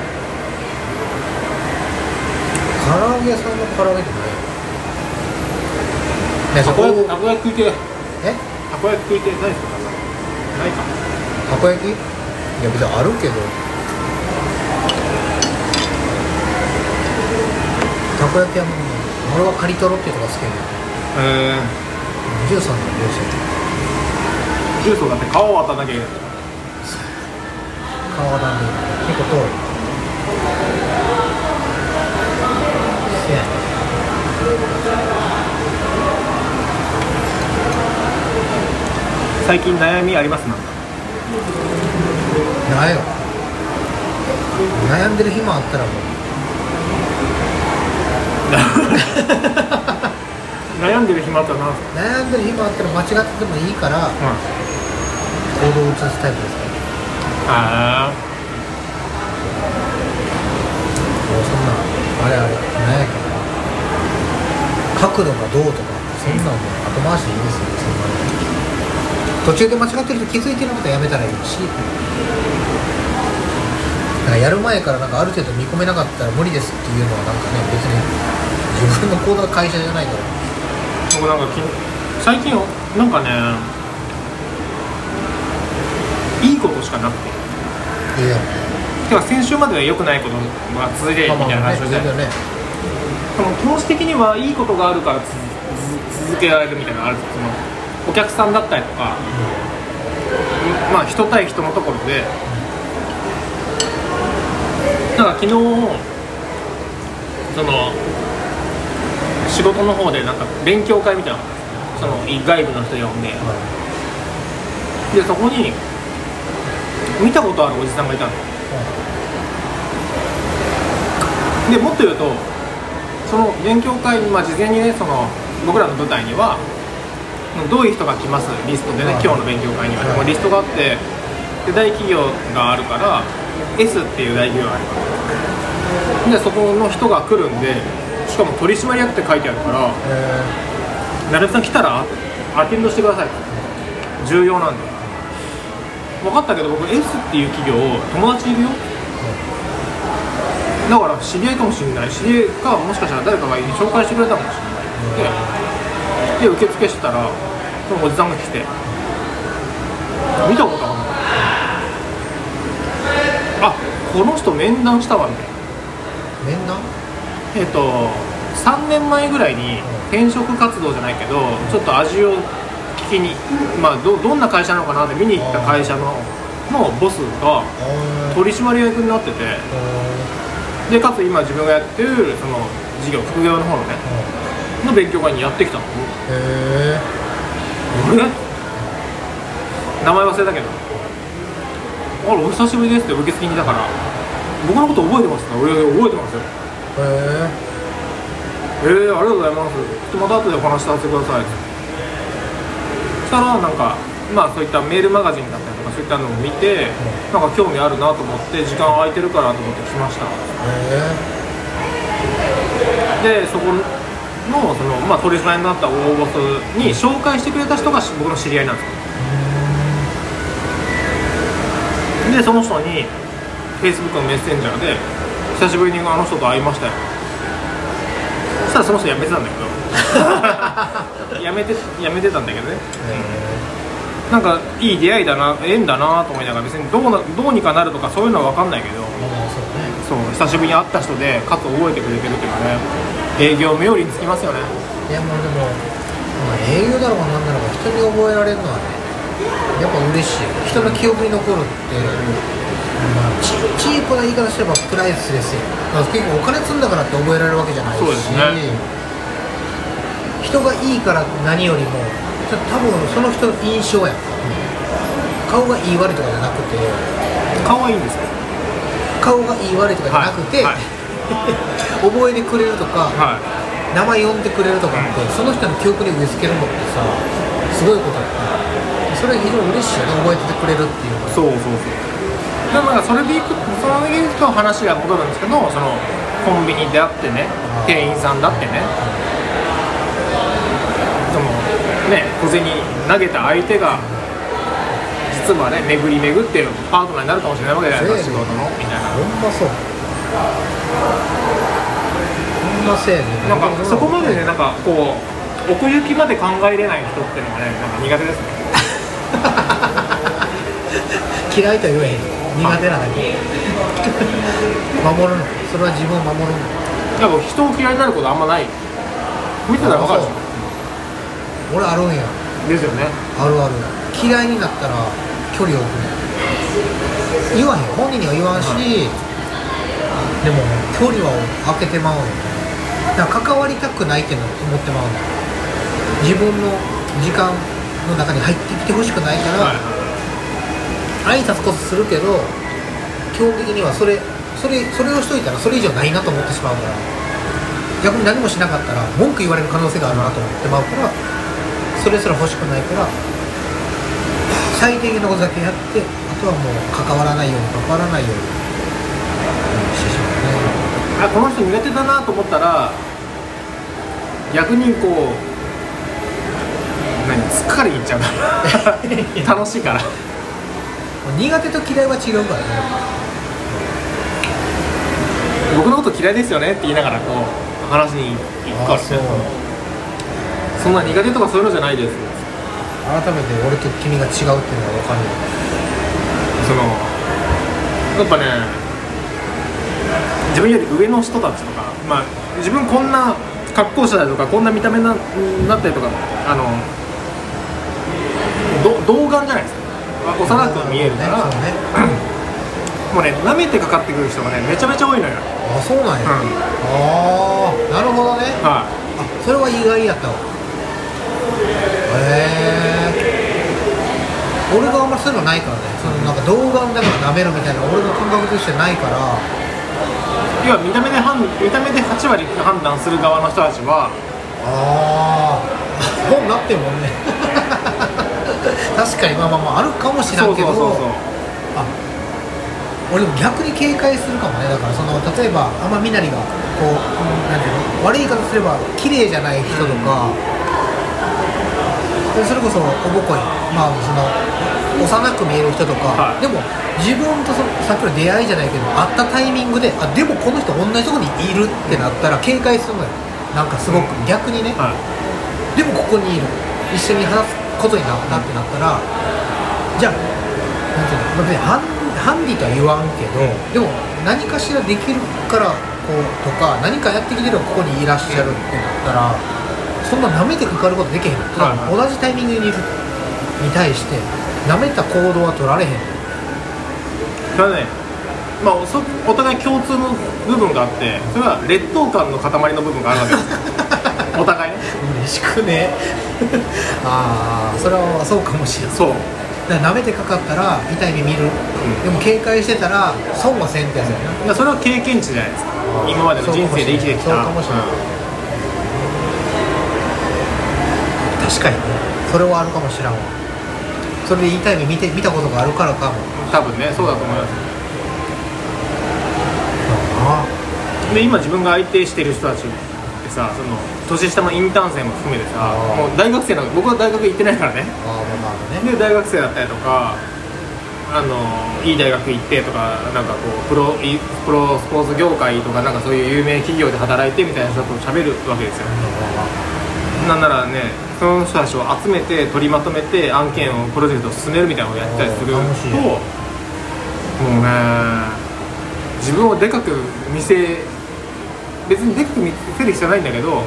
唐揚げ屋さんの唐揚げって何？ね、そこたこ焼き、たこ焼き食いてえ。 えたこ焼き食いてえ。ないですか？ないか。 たこ焼き？いや、別にあるけど。たこ焼きはもう、俺はカリトロっていうのが好きやねん。 へえ。 ジューさんのジュース。 ジュースをだって皮を渡らなきゃいけない。 川なんで結構遠い。せやね。 最近悩みあります？なんかないよ。悩んでる暇あったらもう悩んでる暇って何ですか？ 悩んでる暇あったら間違っててもいいから、 うん。 行動を移すタイプですから。 ああ。 もうそんなあれあれ何やけど角度がどうとかそんなんもう後回しでいいですよ。そんなの途中で間違ってると気づいてることはやめたらいいし、なんかやる前からなんかある程度見込めなかったら無理ですっていうのはなんかね、別に自分の行動は会社じゃないから。 僕なんかき最近なんかね、いいことしかなくて。 いいよね。 てか先週までは良くないことが続いてみたいな話をして、 まあまあね、 その気持ち的にはいいことがあるからつづ続けられるみたいなのがあるんですよ。そのお客さんだったりとか、うん、まあ人対人のところで、なんか昨日その仕事の方でなんか勉強会みたいなのがあったんですよ。その外部の人呼んで、 はでそこに見たことあるおじさんがいたの。でもっと言うと、その勉強会に、まあ、事前にね、その僕らの舞台にはどういう人が来ますリストでね、今日の勉強会には、はい、リストがあって、で大企業があるから S っていう大企業があるから、でそこの人が来るんで、しかも取締役って書いてあるから、なるべくさん来たらアテンドしてください、重要なんで。分かったけど、僕 S っていう企業友達いるよ、だから知り合いかもしれない、知り合いかもしかしたら誰かが紹介してくれたかもしれないで、で受付してたらそのおじさんが来て、見たことあるの、あ、この人面談したわみたいな。 面談？ えっとさんねんまえぐらいに転職活動じゃないけど、ちょっと味を聞きに、まあ ど, どんな会社なのかなって見に行った会社ののボスが取締役になってて、 でかつ今自分がやってるその事業副業の方のね、の勉強会にやってきたの。 へえ。 俺名前忘れたけど、あらお久しぶりですって受付にいたから、僕のこと覚えてますか？俺覚えてますよ。 へえー、ありがとうございます。また後でお話しさせてください。そしたらなんかまあそういったメールマガジンだったりとかそういったのを見て、なんか興味あるなと思って時間空いてるからと思って来ました。 え。 でそこのその、まあ、取り締まりになった大ボスに紹介してくれた人が僕の知り合いなんですよ。でその人に Facebook のメッセンジャーで久しぶりにあの人と会いましたよ。そしたらその人辞めてたんだけど辞めて辞めてたんだけどね。なんかいい出会いだな、縁だなと思いながら、別にどうなどうにかなるとかそういうのは分かんないけど、そう久しぶりに会った人でかつ覚えてくれてるっていうかね、営業冥利につきますよね。 いやもうでも、まあ、営業だろうが何だろうが人に覚えられるのはねやっぱ嬉しい。人の記憶に残るって、まあ、チ, チープな言い方すればプライスですよ。だから結構お金積んだからって覚えられるわけじゃないし、 そうですね、 人がいいから何よりも多分その人の印象や、うん、顔がいい悪いとかじゃなくて、 顔はいいんですよ。 顔がいい悪いとかじゃなくて、はいはい覚えてくれるとか、はい、名前呼んでくれるとかって、うん、その人の記憶に植え付けるのってさすごいことだよね。それ非常に嬉しいよね、覚えててくれるっていうのは。そうそうそう。 でもなんかそれでいくそのでいくと話が戻るんですけど、そのコンビニであってね、店員さんだってね、そのね小銭投げた相手が実はね巡り巡ってパートナーになるかもしれないわけじゃないですか、仕事のみたいな。 ほんまそう。ほんませえね。 なんかそこまでね、なんかこう奥行きまで考えれない人っていうのがね、なんか苦手ですね。 嫌いと言えへん、苦手なだけ。守るの、それは自分を守るの。 やっぱ人を嫌いになることあんまない。見てたら分かるでしょ。 俺あるんや。 ですよね。 あるある。嫌いになったら距離を置くね。言わへん、本人には言わんし、はい、でも距離は空けてまうの。だから関わりたくないって思ってまうの。自分の時間の中に入ってきてほしくないから、はい、挨拶こそするけど基本的にはそれそれそれをしといたらそれ以上ないなと思ってしまうから、逆に何もしなかったら文句言われる可能性があるなと思ってまうから、それすら欲しくないから最低限のことだけやって、あとはもう関わらないように関わらないようにしてしまうね。 あ、この人苦手だなと思ったら逆にこう何疲れにいっちゃうから楽しいから。 苦手と嫌いは違うからね。 僕のこと嫌いですよねって言いながらこう話に行くから、ね、そんな苦手とかそういうのじゃないです。 改めて俺と君が違うっていうのは分かるよ。 そのやっぱね、自分より上の人たちとか、まあ自分こんな格好したりとかこんな見た目に な, なったりとか、あの童顔じゃないですか。幼く見えるから、ねね、もうね舐めてかかってくる人がねめちゃめちゃ多いのよ。 あ、そうなんや、うん、ああ、なるほどね、はい、あ、それは意外やったわ。へえ。俺があんまりそういうのないからね、そのなんか童顔だから舐めるみたいな俺の感覚としてないから。 要は見た目で判見た目ではち割判断する側の人たちは、 ああ、そうなってるもんね。確かにまあまあまああるかもしれんけど、そうそうそうそう、あ、俺でも逆に警戒するかもね。だからその例えばあんま身なりがこう、なんていうの、悪い言い方すれば綺麗じゃない人とか、うん、それこそおぼこい、まあその幼く見える人とか、はい、でも自分とそのさっきの出会いじゃないけど会ったタイミングで、あ、でもこの人同じとこにいるってなったら警戒するのよ。なんかすごく、うん、逆にね、はい、でもここにいる、一緒に話すことになったってなったら、じゃあなんていうの、別にハン、ハンディとは言わんけど、でも何かしらできるからこうとか、何かやってきてるここにいらっしゃるってなったら、そんな舐めてかかることできへん。はいはい、同じタイミングにいるに対して舐めた行動は取られへん。 だね、 まあ、そお互い共通の部分があって、それは劣等感の塊の部分があるわけですよ。お互いね。 嬉しくね。ああ、それはそうかもしれない。 そう。 だから舐めてかかったら痛い目見る、うん、でも警戒してたら損はせんってやつやな、 うん、それは経験値じゃないですか。今までの人生で生きてきた。 そうかもしれない、うん、確かにね、それはあるかもしれんわ。それで痛い目見て見たことがあるからかも。 多分ね、そうだと思います。 ああで今自分が相手してる人たちってさ、その年下のインターン生も含めてさ、もう大学生なの。僕は大学行ってないからね。 あまあまあね。 で大学生だったりとか、あのいい大学行ってとか、なんかこうプロプロスポーツ業界とか、なんかそういう有名企業で働いてみたいな人と喋るわけですよ。なんならね、その人たちを集めて取りまとめて案件をプロジェクトを進めるみたいなのをやったりすると、もうね、自分をでかく見せ、別にでかく見せる必要ないんだけど、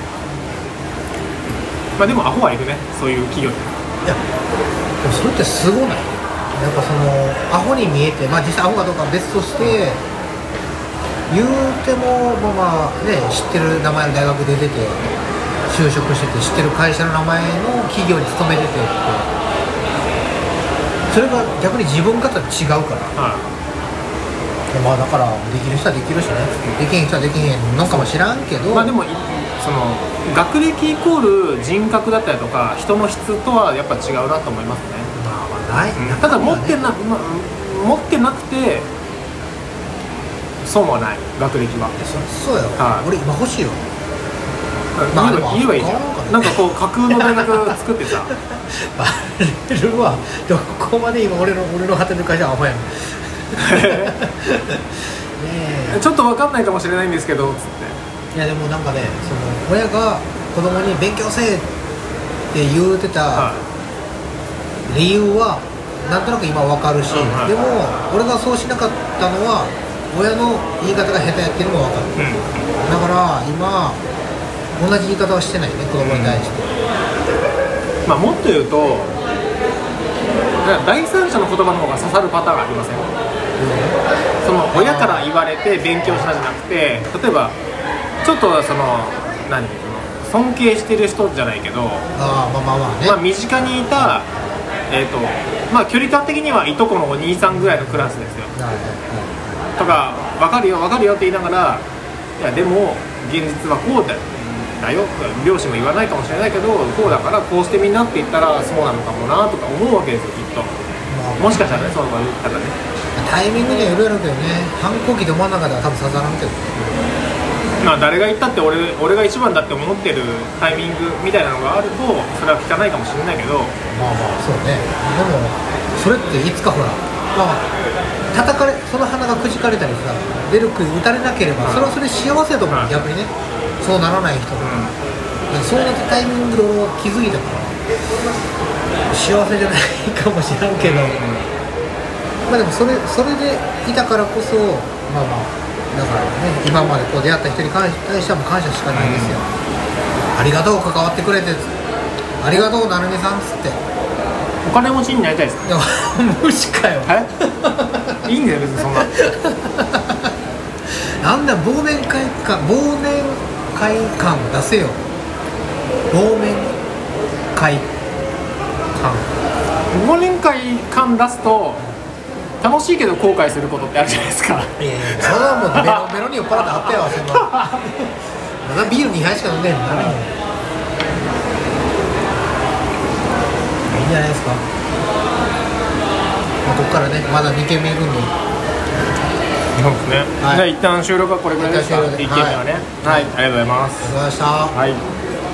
まあでもアホはいるね、そういう企業って。 いやでもそれってすごない？なんかそのアホに見えて、まあ実際アホかどうかは別として、言うてもまあね、知ってる名前の大学で出て就職してて、知ってる会社の名前の企業に勤めててって、それが逆に自分方と違うから、はい、まあだからできる人はできるしね、できへん人はできへんのかもしらんけど、 まあでもその学歴イコール人格だったりとか人の質とはやっぱ違うなと思いますね。 まあまあない、 うん、ただ持ってな、まあ、持ってなくて損はない、学歴は。 そそうよ、はい、俺今欲しいよ。 まあ、言えばいいじゃん。なんかこう架空の大学作ってさバレるわ。どこまで今俺の俺の働いてる会社はアホやん。ねえ、ちょっと分かんないかもしれないんですけどつって。 いやでもなんかね、その親が子供に勉強せえって言うてた理由はなんとなく今分かるし、はい、でも俺がそうしなかったのは親の言い方が下手やってるのも分かる、うん、だから今同じ言い方はしてないね、子供に対して、 うん、まあもっと言うと第三者の言葉の方が刺さるパターンがありません、うん、その親から言われて勉強したじゃなくて、例えばちょっとその何尊敬してる人じゃないけど、 あまあまあまあね、 まあ、身近にいた、えーとまあ、距離感的にはいとこのお兄さんぐらいのクラスですよ、はいはい、とか分かるよ分かるよって言いながら、いやでも現実はこうだよだよ、両親も言わないかもしれないけど、こうだからこうしてみんなって言ったらそうなのかもなとか思うわけですよ、きっと、まあ、もしかしたらね、そういうのが言ったらね、 タイミングにはいろいろあるけどね、反抗期ど真ん中では多分刺さらんけど、 まあ誰が言ったって 俺, 俺が一番だって思ってるタイミングみたいなのがあると、それは汚いかもしれないけど、 まあまあそうね、でもそれっていつかほら、まあ叩かれ、その鼻がくじかれたりさ、出る杭打たれなければ、うん、それはそれ幸せだと思う、うん、逆にね、そうならない人が、うん、そうなったタイミングで俺は気づいたから、幸せじゃないかもしれんけど、うん、まあでもそれそれでいたからこそ、まあまあだからね、今までこう出会った人に対してはもう感謝しかないですよ、うん、ありがとう関わってくれて、ありがとうなるみさんっつって。 お金持ちになりたいですか？ いや無視かよ。 えいいんだよ別にそんななんだ忘年会か、忘年会感出せよ、忘年会感忘年会感出すと楽しいけど後悔することってあるじゃないですか。 いやいや、それはもうベロベロに酔っ払ってあったよ、そんなまだビールにはいしか飲んでんの、いいんじゃないですか、まあ、ここからねまだにけんめいるんで、 そうですね、はい、じゃあ一旦収録はこれぐらいですか、いっけんめはね、はい、はい、ありがとうございます。 ありがとうございました。 はい、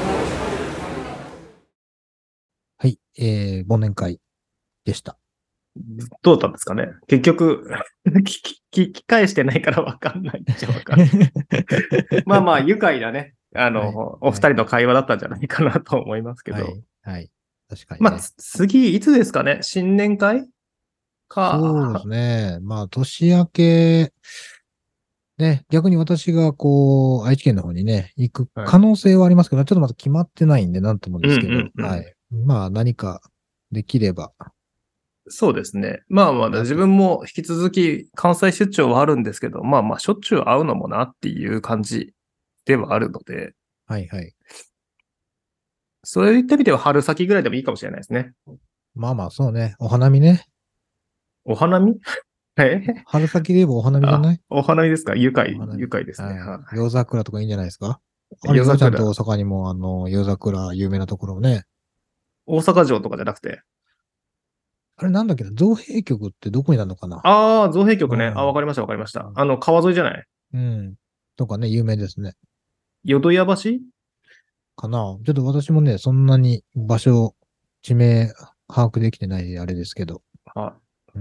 はい、えー、忘年会でした。 どうだったんですかね、結局聞き、聞き返してないから分かんないっちゃ分かんないまあまあ愉快なね、あの、はい、お二人の会話だったんじゃないかなと思いますけど、はい、はい、確かに、ね、まあ次いつですかね、新年会か。 そうですね、まあ年明けね、逆に私がこう愛知県の方にね行く可能性はありますけど、はい、ちょっとまだ決まってないんでなんともですけど、うんうんうん、はい、まあ何かできればそうですね。まあまあ、自分も引き続き関西出張はあるんですけど、まあまあ、しょっちゅう会うのもなっていう感じではあるので、 はいはい。 それ言ってみては春先ぐらいでもいいかもしれないですね。 まあまあ、そうね。お花見ね。 お花見え春先で言えばお花見じゃない？ お花見ですか？愉快お花、見愉快ですね。 はい。 はい。 夜桜とかいいんじゃないですか？あれ、 夜よちゃんと桜、 大阪にも、あの、夜桜有名なところね。 大阪城とかじゃなくて。 あれなんだっけな、造幣局ってどこになるのかな？ ああ、造幣局ね。あ、わうん。 かりました、わかりました。あの、川沿いじゃない？ うん。とかね、有名ですね。 淀屋橋かな。ちょっと私もね、そんなに場所、地名把握できてないあれですけど。 はい。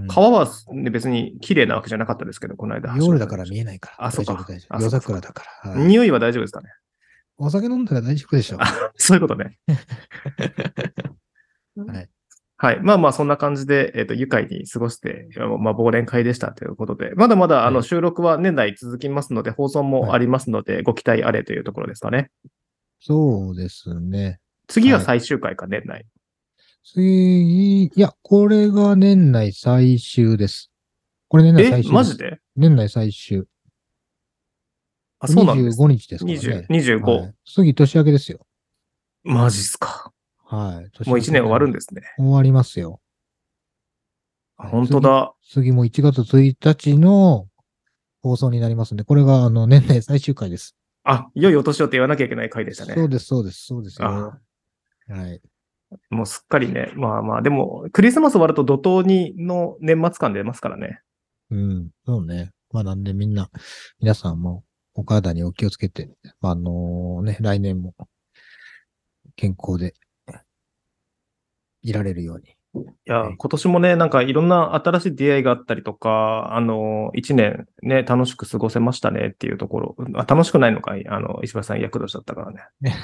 うん、 川は、ね、別に綺麗なわけじゃなかったですけど、この間橋夜だから渡りました。 見えないから。 あ、そうか。 大丈夫大丈夫。 あ、 夜そうか、そうか。 桜だから。はい。 匂いは大丈夫ですかね？ お酒飲んだら大丈夫でしょ。 あ、そういうことね。 はい。 はい。まあまあ、そんな感じで、えっ、と、愉快に過ごして、まあ、忘年会でしたということで、まだまだ、あの、 はい。 収録は年内続きますので、放送もあはい。 りますので、ご期待あれというところですかね。 そうですね。 次ははい。 最終回か、年内。 次、いや、これが年内最終です。これ年内え、 最終です。 マジで？ 年内最終。 あ、そうなん 25 です。 日ですからにじゅう、 ね。はにじゅうご。 い。次年明けですよ。 マジっすか。 はい。年もう一年終明けになります。 わるんですね。 終わりますよ。はい。次、 本当だ。 次もいちがつついたちの放送になりますんで、これがあの年内最終回です。 あ、良いお年をって言わなきゃいけない回でしたね。 そうです、そうです、そうですよ。 あ、 はい。 もうすっかりね。まあまあ、でも、クリスマス終わると怒涛にの年末感出ますからね。 うん、そうね。まあなんでみんな、皆さんもお体にお気をつけて、あのね、来年も健康でいられるように。 いや、 はい。 今年もね、なんかいろんな新しい出会いがあったりとか、あの、一年ね、楽しく過ごせましたねっていうところ。あ、楽しくないのかい？あの、石橋さん役年だったからね。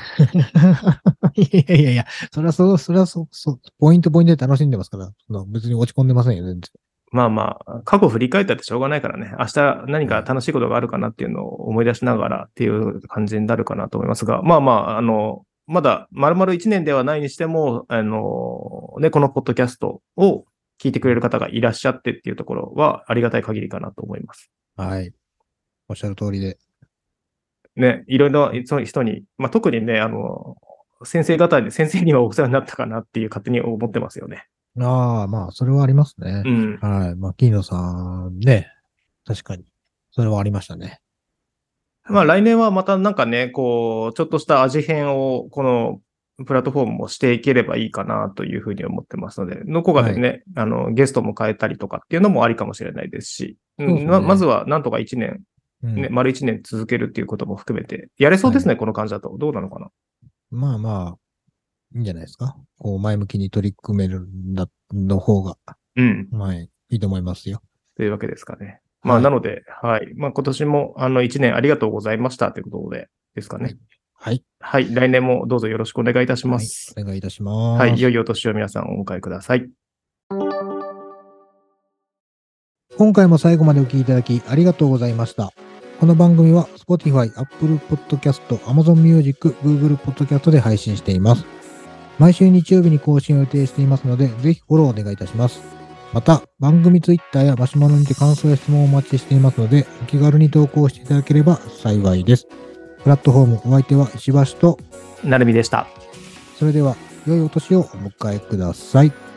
いやいやいや、それはそう、それはそう、そう、ポイントポイントで楽しんでますから、その別に落ち込んでませんよ、全然。 まあまあ、過去振り返ったってしょうがないからね。明日何かはい。 楽しいことがあるかなっていうのを思い出しながらっていう感じになるかなと思いますが、まあまあ、あの、まだ丸々いちねんではないにしても、あの、ね、このポッドキャストを聞いてくれる方がいらっしゃってっていうところはありがたい限りかなと思います。 はい。おっしゃる通りで。 ね、いろいろその人に、まあ特にね、あの、先生方に、先生にはお世話になったかなっていう勝手に思ってますよね。 ああ、まあ、それはありますね。 うん。 はい。まあ、キーノさんね、確かに。それはありましたね。 まあはい。 来年はまたなんかね、こう、ちょっとした味変をこのプラットフォームもしていければいいかなというふうに思ってますので、どこかではい。 ね、あの、ゲストも変えたりとかっていうのもありかもしれないですし、うそうですん、ま、まずね。 はなんとかいちねん、ね、 うん。 丸いちねん続けるっていうことも含めて、やれそうはい。 ですね、この感じだと。どうなのかな。 まあまあ、いいんじゃないですか。こう、前向きに取り組めるんだ、の方が、 うん。 はい。いいと思いますよ。 というわけですかね。まあ、 はい。 なので、はい。まあ、今年も、あの、いちねんありがとうございましたということで、ですかね。 はい。はい。 はい。来年もどうぞよろしくお願いいたしまはい。 す。 お願いいたしはい。 ます。 良いお年を皆さんお迎えください。 今回も最後までお聞きいただきありがとうございました。この番組は Spotify、Apple Podcast、Amazon Music、Google Podcast で配信しています。毎週日曜日に更新を予定していますので、ぜひフォローお願いいたします。また、番組 Twitter やマシュマロにて感想や質問をお待ちしていますので、お気軽に投稿していただければ幸いです。プラットフォームお相手は石橋と、 なるみでした。 それでは良いお年をお迎えください。